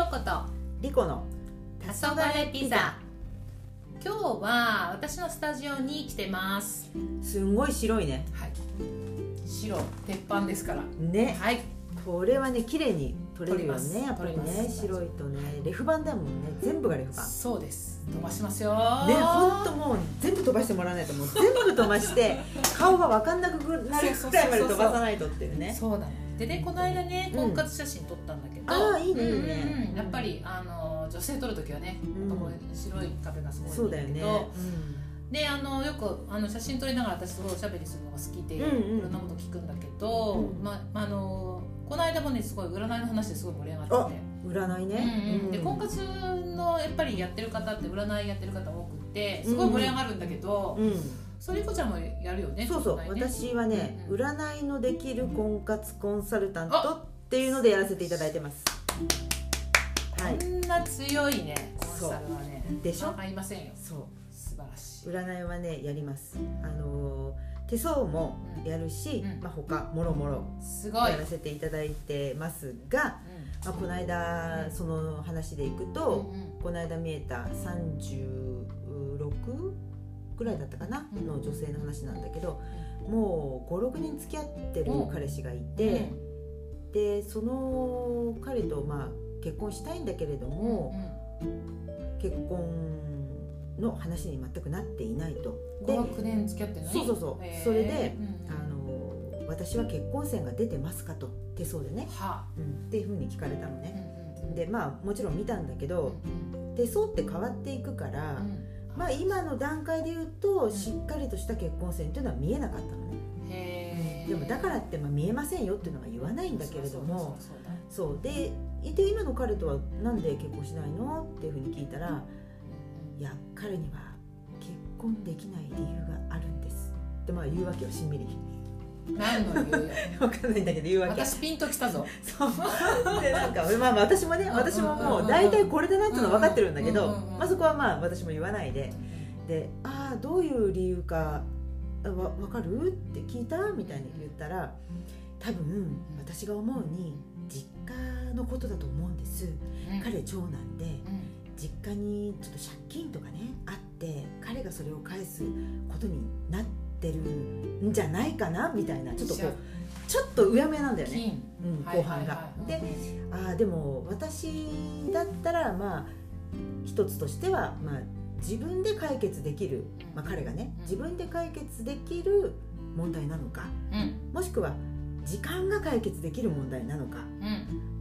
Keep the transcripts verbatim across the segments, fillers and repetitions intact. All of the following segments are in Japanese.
ことリコの黄昏ピザ。今日は私のスタジオに来てます。 すんごい白いね。 はい、白鉄板ですからね。 はい、 これはね綺麗に取れるよ取りますね。やっぱりね取ります白いとねレフ板だもんね。全部がレフ板。 そうです。飛ばしますよね、ほんともう全部飛ばしてもらわないともう全部飛ばして顔が分かんなくなるくらいまで飛ばさないとっていうね。 そうだね。でね、この間ね婚活写真撮ったんだけど、 ああいいねいいね、 うんうん、やっぱりあの女性撮るときはね、うん、白い壁がすごいそうだよね、 うん、であのよくあの写真撮りながら私すごいおしゃべりするのが好きで、 うんうん、 いろんなこと聞くんだけど、うん、まあのこの間もねすごい占いの話ですごい盛り上がってて、 占いね、 うんうん、で婚活のやっぱりやってる方って占いやってる方多くてすごい盛り上がるんだけど、うんうん、それいこちゃんもやるよね。 そうそう、 ね、 私はね、うんうん、占いのできる婚活コンサルタントっていうのでやらせていただいてます。 はい、こんな強いねコンサルはねでしょ。 ありませんよ。 そう素晴らしい。 占いはねやります。あの手相もやるし、うん、まあ他もろもろやらせていただいてますが、うんまあ、この間その話でいくと、うんうん、この間見えたさんじゅうろくぐらいだったかな、うん、の女性の話なんだけど、もうごろくねん付き合ってる彼氏がいて、うん、でその彼とまあ結婚したいんだけれども、うんうん、結婚の話に全くなっていないと。 ごろくねん付き合ってない。 そうそうそう。それで、うん、あの私は結婚線が出てますかと手相でね、はあうん、っていうふうに聞かれたのね、うんうん、でまあもちろん見たんだけど、うんうん、手相って変わっていくから、うん、まあ今の段階で言うと、うん、しっかりとした結婚線っていうのは見えなかったのね。へでもだからって、まあ、見えませんよっていうのは言わないんだけれども、そうでで今の彼とはなんで結婚しないのっていうふうに聞いたら、いや彼には結婚できない理由があるんですってまあ言うわけよ。しんみり何の理由よ分かんないんだけど言うわけ。 私ピンときたぞ。 そうでなんか、まあ、私もね私ももう大体これだなっていうのは分かってるんだけど、まあ、そこはまあ私も言わないででああどういう理由かわ分かるって聞いたみたいに言ったら、多分私が思うに実家のことだと思うんです、うん、彼長男で、うん実家にちょっと借金とかねあって彼がそれを返すことになってるんじゃないかなみたいな、ちょっとこうちょっとうやめなんだよね、うん、後半が、はいはいはい、であでも私だったらまあ一つとしては、まあ、自分で解決できる、まあ、彼がね自分で解決できる問題なのか、うん、もしくは時間が解決できる問題なのか、うん、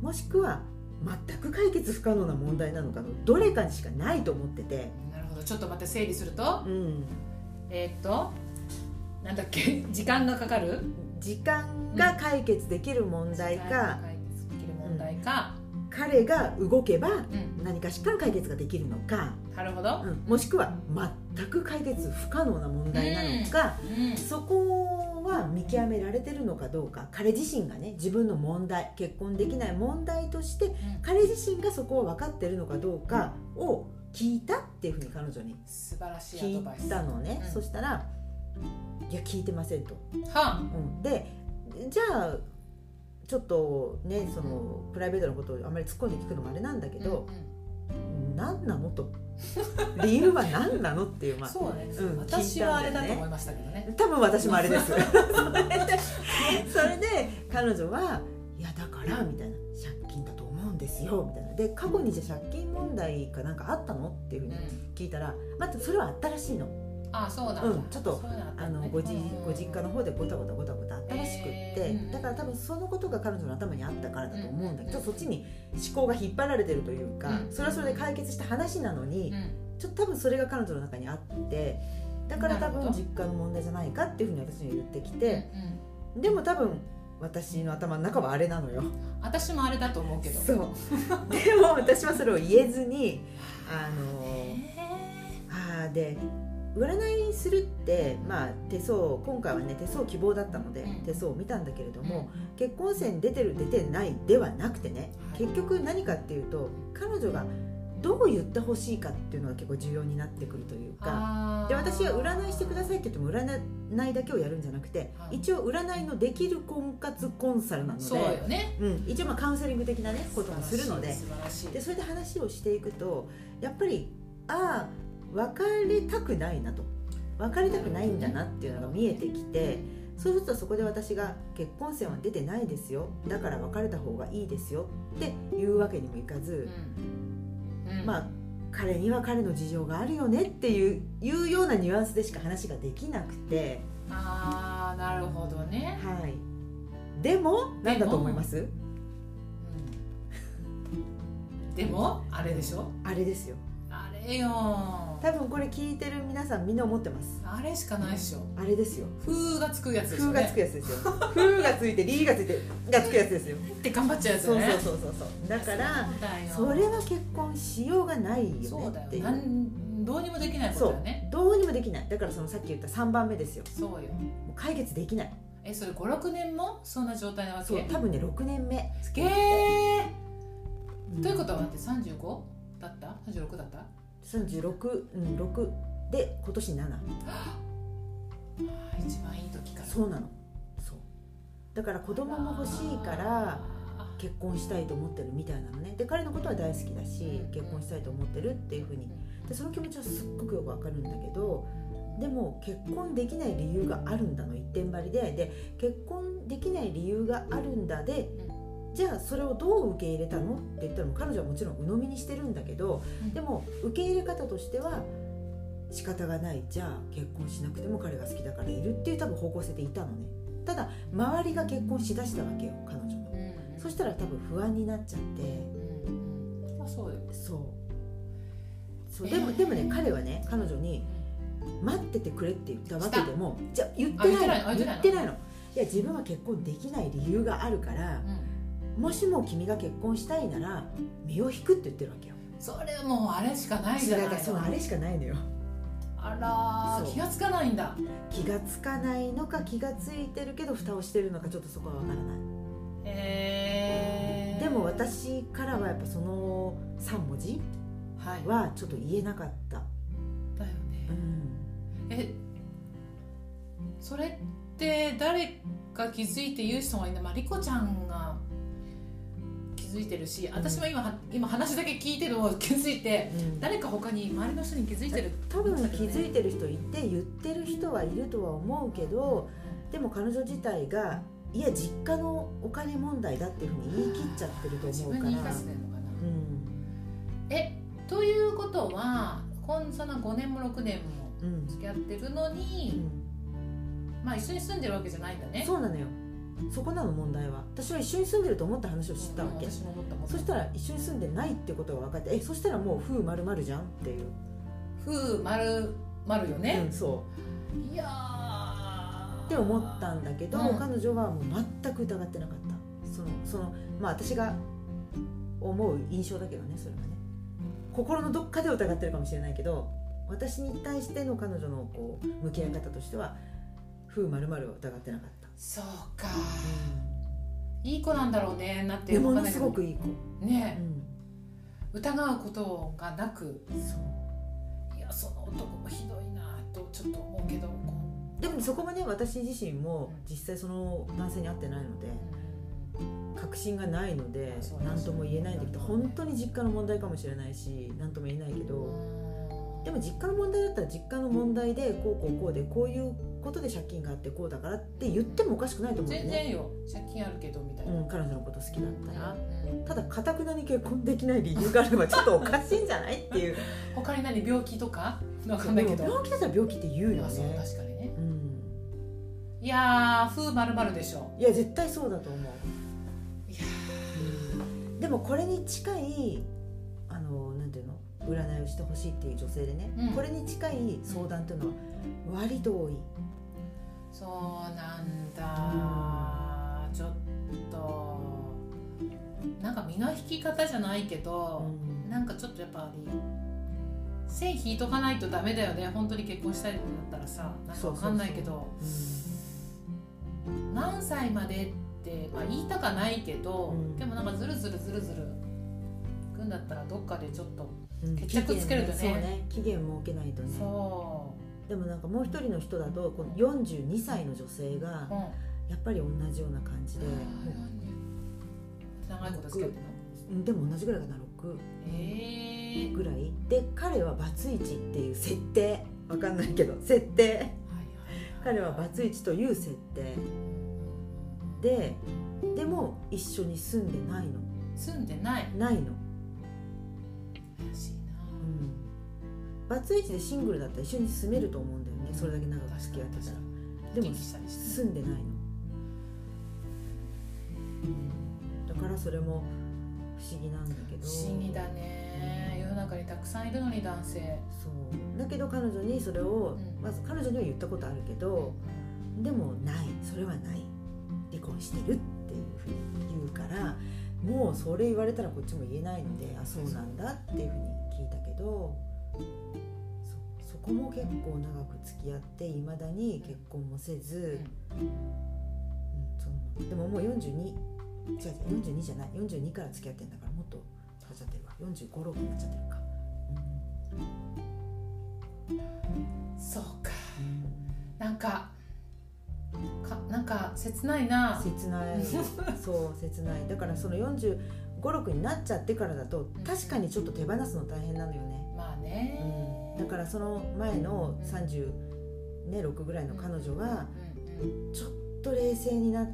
もしくは全く解決不可能な問題なのかのどれかにしかないと思ってて。 なるほど。ちょっと待って整理すると、うん、えー、っとなんだっけ時間がかかる時間が解決できる問題か、 うん、解決できる問題か、 うん、彼が動けば何かしらの解決ができるのか、 うん、なるほど、 うん、もしくは全く解決不可能な問題なのか、うんうん、そこは見極められてるのかどうか、彼自身がね自分の問題結婚できない問題として、うん、彼自身がそこを分かってるのかどうかを聞いたっていうふうに彼女に聞いたのね、うん、そしたらいや聞いてませんと、はあうん、でじゃあちょっとねそのプライベートのことをあまり突っ込んで聞くのもあれなんだけど、うんうん、何なのと理由は何なのっていう、まあそうね、うん、私はあれだと思いましたけどね。 多分私もあれですそれでそれで彼女はいやだからみたいな借金だと思うんですよみたいなで過去にじゃ借金問題かなんかあったのっていうふうに聞いたら、うん、待ってそれはあったらしいの。 ああそうだ、 うん、ちょっと、 ね、 あの ご, じご実家の方でごたごたごたごたあったらしくって、えー、だから多分そのことが彼女の頭にあったからだと思うんだけど、うん、そっちに思考が引っ張られてるというか、うん、それはそれで解決した話なのに、うん、ちょっと多分それが彼女の中にあってだから多分実家の問題じゃないかっていうふうに私に言ってきて、うんうん、でも多分私の頭の中はあれなのよ。 私もあれだと思うけど。 そうでも私はそれを言えずにあのあで占いするって、まあ、手相今回はね手相希望だったので、うん、手相を見たんだけれども、うん、結婚線出てる出てないではなくてね、はい、結局何かっていうと彼女がどう言ってほしいかっていうのが結構重要になってくるというか、で私は占いしてくださいって言っても占いだけをやるんじゃなくて、一応占いのできる婚活コンサルなので、 そうよね、 うん、一応まあカウンセリング的な、ね、こともするので、でそれで話をしていくとやっぱりああ別れたくないなと、別れたくないんだなっていうのが見えてきて、そうするとそこで私が結婚線は出てないですよ、だから別れた方がいいですよっていうわけにもいかず、うんうん、まあ彼には彼の事情があるよねっていういうようなニュアンスでしか話ができなくて、 ああなるほどね、 はい、でも何だと思います？ うん、でもあれでしょ、 あれですよ、 あれよ、 多分これ聞いてる皆さんみんな思ってます。 あれしかないでしょ、 あれですよ、 風がつくやつですよね、 風がつくやつですよ風がついてリーがついてがつくやつですよって頑張っちゃうやつね。 そうそうそうそうだからそれは結婚しようがないよねっていう。 そうだよ、なんどうにもできないことだよね。 そうどうにもできない。だからそのさっき言ったさんばんめですよ。 そうよ、 もう解決できない。 えそれごろくねんもそんな状態なわけ？ そう多分ねろくねんめ。 すげえ、うん、ということは待って さんじゅうご だった さんじゅうろく だったさんじゅうろく、うん、ろくで今年なな一番いい時から。 そうなの。そうだから子供も欲しいから結婚したいと思ってるみたいなのね。で彼のことは大好きだし結婚したいと思ってるっていうふうに、でその気持ちはすっごくよくわかるんだけど、でも結婚できない理由があるんだの一点張りで、で結婚できない理由があるんだで、じゃあそれをどう受け入れたのって言ったらも彼女はもちろん鵜呑みにしてるんだけど、でも受け入れ方としては仕方がない、じゃあ結婚しなくても彼が好きだからいるっていう多分方向性でいたのね。ただ周りが結婚しだしたわけよ彼女の、うん、そしたら多分不安になっちゃって、 うんうん、あそうよそうそう、えー、でもでもね彼はね彼女に待っててくれって言ったわけでもじゃ言ってないの言ってないの。いや自分は結婚できない理由があるから、うん、もしも君が結婚したいなら身を引くって言ってるわけよ。 それもうあれしかないじゃないの。 そうあれしかないのよ。 あら気がつかないんだ。 気がつかないのか気がついてるけど蓋をしてるのかちょっとそこはわからない。 へー。 でも私からはやっぱそのさん文字はちょっと言えなかった、はい、 だよね、 うん、 えそれって誰か気づいて言う人がいない、まあ、リコちゃんが気づいてるし、私も 今,、うん、今話だけ聞いてるのを気づいて、うん、誰か他に周りの人に気づいてる、 多分気づいてる人いて言ってる人はいるとは思うけど、でも彼女自体がいや実家のお金問題だっていうふうに言い切っちゃってると思うから。自分に言い聞かせてるのかな、 うん、えということはそのごねんもろくねんも付き合ってるのに、うん、まあ一緒に住んでるわけじゃないんだね。 そうなのよ、そこなの問題は。私は一緒に住んでると思った話を知ったわけ、うん、 私も思った思った。 そしたら一緒に住んでないってことが分かって、えそしたらもう風丸々じゃんっていう。 風丸々よね、 うん、そういやーって思ったんだけど、うん、彼女はもう全く疑ってなかった。そのそのまあ私が思う印象だけどね、それはね心のどっかで疑ってるかもしれないけど、私に対しての彼女のこう向き合い方としては風丸々を疑ってなかった。 そうか、うん、いい子なんだろうね。なってものすごくいい子ね、うん、疑うことがなく。そういやその男もひどいなとちょっと思うけど、 でもそこもね私自身も実際その男性に会ってないので、うん、確信がないので何とも言えないんだけど、本当に実家の問題かもしれないし何とも言えないけど、でも実家の問題だったら実家の問題でこうこうこうでこういうことで借金があってこうだからって言ってもおかしくないと思うんだよね。 全然よ、借金あるけどみたいな、 うん、彼女のこと好きだったら、うん、ただ堅くなに結婚できない理由があればちょっとおかしいんじゃないっていう他に何病気とか分かんないけど、 病気だったら病気って言うよね。 そう確かにね、 うん、 いやー風丸々でしょ。 いや絶対そうだと思う。 いや、 うん、でもこれに近いあのなんていうの占いをしてほしいっていう女性でね、うん、これに近い相談っていうのは割と多い。 そうなんだ、うん、ちょっとなんか身の引き方じゃないけど、うん、なんかちょっとやっぱり線引いとかないとダメだよね。本当に結婚したいってなったらさ、なんか分かんないけど、そうそうそう、うん、何歳までって、まあ、言いたかないけど、うん、でもなんかずるずるずるずるくんだったらどっかでちょっとうん、 決着つけるとね、 そうね、期限設けないとね。そうでもなんかもう一人の人だとこのよんじゅうにさいの女性がやっぱり同じような感じで、うん、 長いことつけてるの？でも同じぐらいかな、ろくぐらいで、彼はバツイチっていう設定、わかんないけど設定、はいはいはい、彼はバツイチという設定で、でも一緒に住んでないの。 住んでないないの。 怪しいな、 うん、バツイチでシングルだったら一緒に住めると思うんだよね、それだけ長く付き合ってたら。でも住んでないの。だからそれも不思議なんだけど。 不思議だね、世の中にたくさんいるのに男性。 そうだけど彼女にそれを、うん、まず彼女には言ったことあるけど、うん、でもない、それはない、離婚してるっていうふうに言うから、もうそれ言われたらこっちも言えないので、あ、そうなんだっていうふうに聞いたけど、 そ, そこも結構長く付き合っていまだに結婚もせず、うんうん、そのでももうよんじゅうに、違う違う、よんじゅうにじゃない、よんじゅうにから付き合ってんだから、もっと経っちゃってるわ、よんじゅうご、ろくになっちゃってるか、 うん、そうか、うん、なんかかなんか切ないな。 切ないそう切ない。だからそのよんじゅうご、ろくになっちゃってからだと確かにちょっと手放すの大変なのよね。 まあね、 うん、だからその前のさんじゅうろくぐらいの彼女はちょっと冷静になって、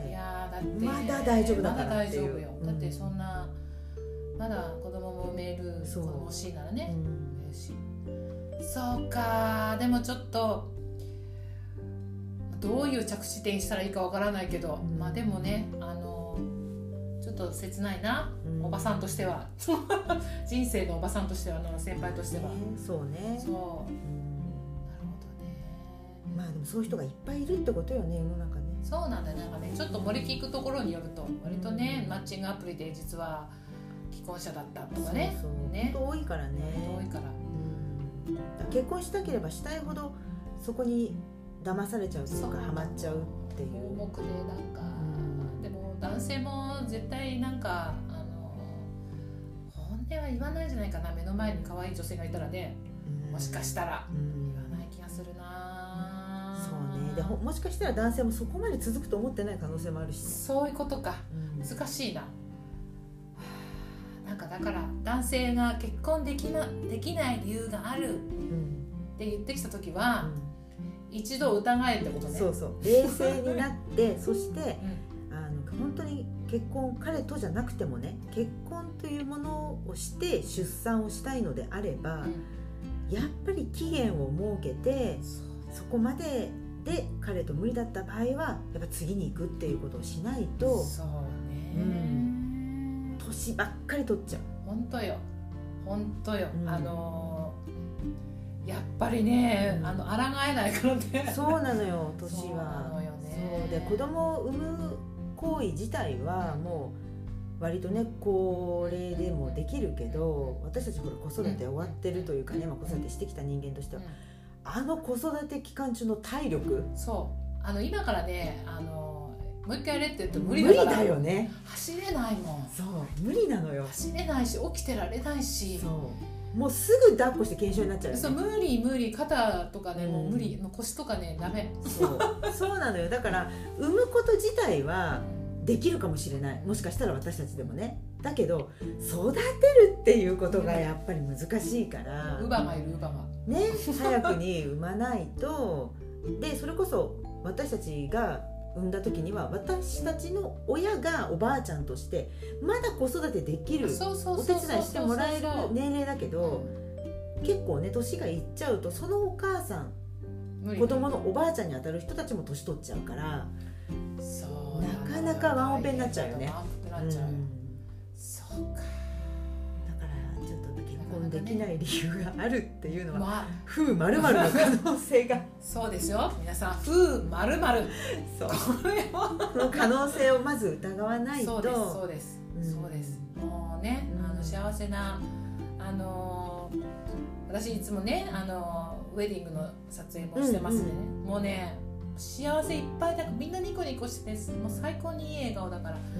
いやだってまだ大丈夫だからっていう、 まだ大丈夫よ、うん、だってそんなまだ子供も産める、子供欲しいならね、うん、しそうか。でもちょっとどういう着地点したらいいかわからないけど、うん、まあでもね、あのちょっと切ないな、うん、おばさんとしては人生のおばさんとしては、の先輩としては、ね、 そうね、 そう、うん、なるほどね。 まあでもそういう人がいっぱいいるってことよね、世の中ね。 そうなんだよ。なんかね、ちょっと森聞くところによると割とね、マッチングアプリで実は既婚者だったとかね、 そうそう、 ね、 本当多いからね。 多いから、 うん、結婚したければしたいほどそこに騙されちゃうというか、ハマっちゃうっていう。 盲目でなんか、うん、でも男性も絶対なんかあの本音は言わないんじゃないかな。目の前に可愛い女性がいたらね、うん、もしかしたら、うん、言わない気がするな。 そうね。でもしかしたら男性もそこまで続くと思ってない可能性もあるし、ね、 そういうことか、うん、難しいな。なんかだから男性が結婚できな、できない理由があるって言ってきたときは、うん、一度疑えってことね。 そうそう、冷静になってそして、うん、あの本当に結婚、彼とじゃなくてもね、結婚というものをして出産をしたいのであれば、うん、やっぱり期限を設けて、そこまでで彼と無理だった場合はやっぱ次に行くっていうことをしないと、 そうね、 うん、年ばっかり取っちゃう。 本当よ本当よ、うん、あのやっぱりね、うん、あの抗えないからね。 そうなのよ、年は。 そうなのよね。 そうで、子供を産む行為自体はもう割とね高齢でもできるけど、私たちほら子育て終わってるというかね、まあ、子育てしてきた人間としては、あの子育て期間中の体力、 そうあの今からね、あのもう一回やれって言うと無理だから。 無理だよね。 走れないもん。 そう無理なのよ。 走れないし起きてられないし、 そうもうすぐ抱っこして腱鞘になっちゃうよね。 そう無理無理、肩とかね、うん、もう無理、もう腰とかねダメ。 そうそうなのよ。だから産むこと自体はできるかもしれない、もしかしたら私たちでもね。だけど育てるっていうことがやっぱり難しいから、 乳母がいる乳母がね、早くに産まないと。でそれこそ私たちが産んだ時には私たちの親がおばあちゃんとしてまだ子育てできる、お手伝いしてもらえる年齢だけど、結構ね年がいっちゃうとそのお母さん、子供のおばあちゃんに当たる人たちも年取っちゃうから、そうなかなかワンオペになっちゃうよね。うん、そうか。だからちょっと結婚できない理由があるっていうのは、まあ、風まるまるの可能性がそうですよ皆さん、風まるまる、 そうこれをその可能性をまず疑わないと。 そうですそうです、うん、そうです。もうね、あの幸せな、あのー、私いつもね、あのー、ウェディングの撮影もしてますね、うんうん、もうね幸せいっぱいだからみんなニコニコしてて、もう最高にいい笑顔だから、うん、あ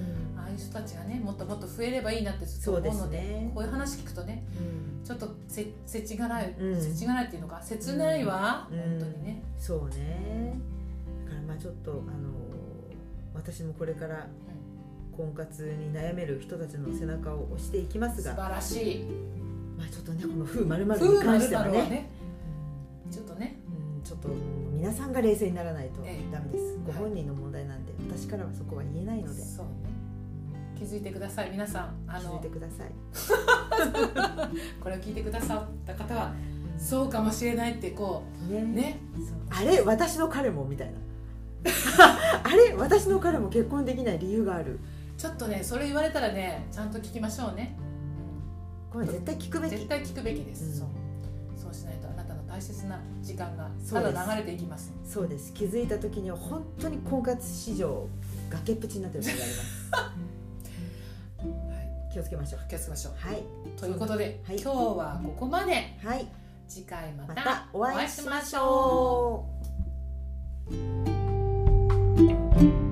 あいう人たちがねもっともっと増えればいいなってずっと思うので、 ね、 こういう話聞くとね、うん、ちょっとせせちがらい、うん、せちがらいっていうのか切ないわ、うん、本当にね。 そうね。だからまあちょっとあの私もこれから婚活に悩める人たちの背中を押していきますが、 素晴らしい。 まあちょっとねこの風まるまるに関してはね、 ねちょっとね、 うん、ちょっと皆さんが冷静にならないとダメです。ご本人の問題なんで、私からはそこは言えないので。 そうね。気づいてください皆さん。あの気づいてください。 これを聞いてくださった方はそうかもしれないってこうね。ねあれ私の彼もみたいな。あれ私の彼も結婚できない理由がある。 ちょっとねそれ言われたらねちゃんと聞きましょうね。 これ絶対聞くべき。 絶対聞くべきです。うん、そうそうしないとあなたの大切な時間がただ流れていきます。 そうです。気づいた時には本当に婚活市場崖っぷちになってる場合があります。はい、気をつけましょう。 気をつけましょう。 はい。 ということで、はい、今日はここまで。 はい。 次回ままたたお会いしましょう。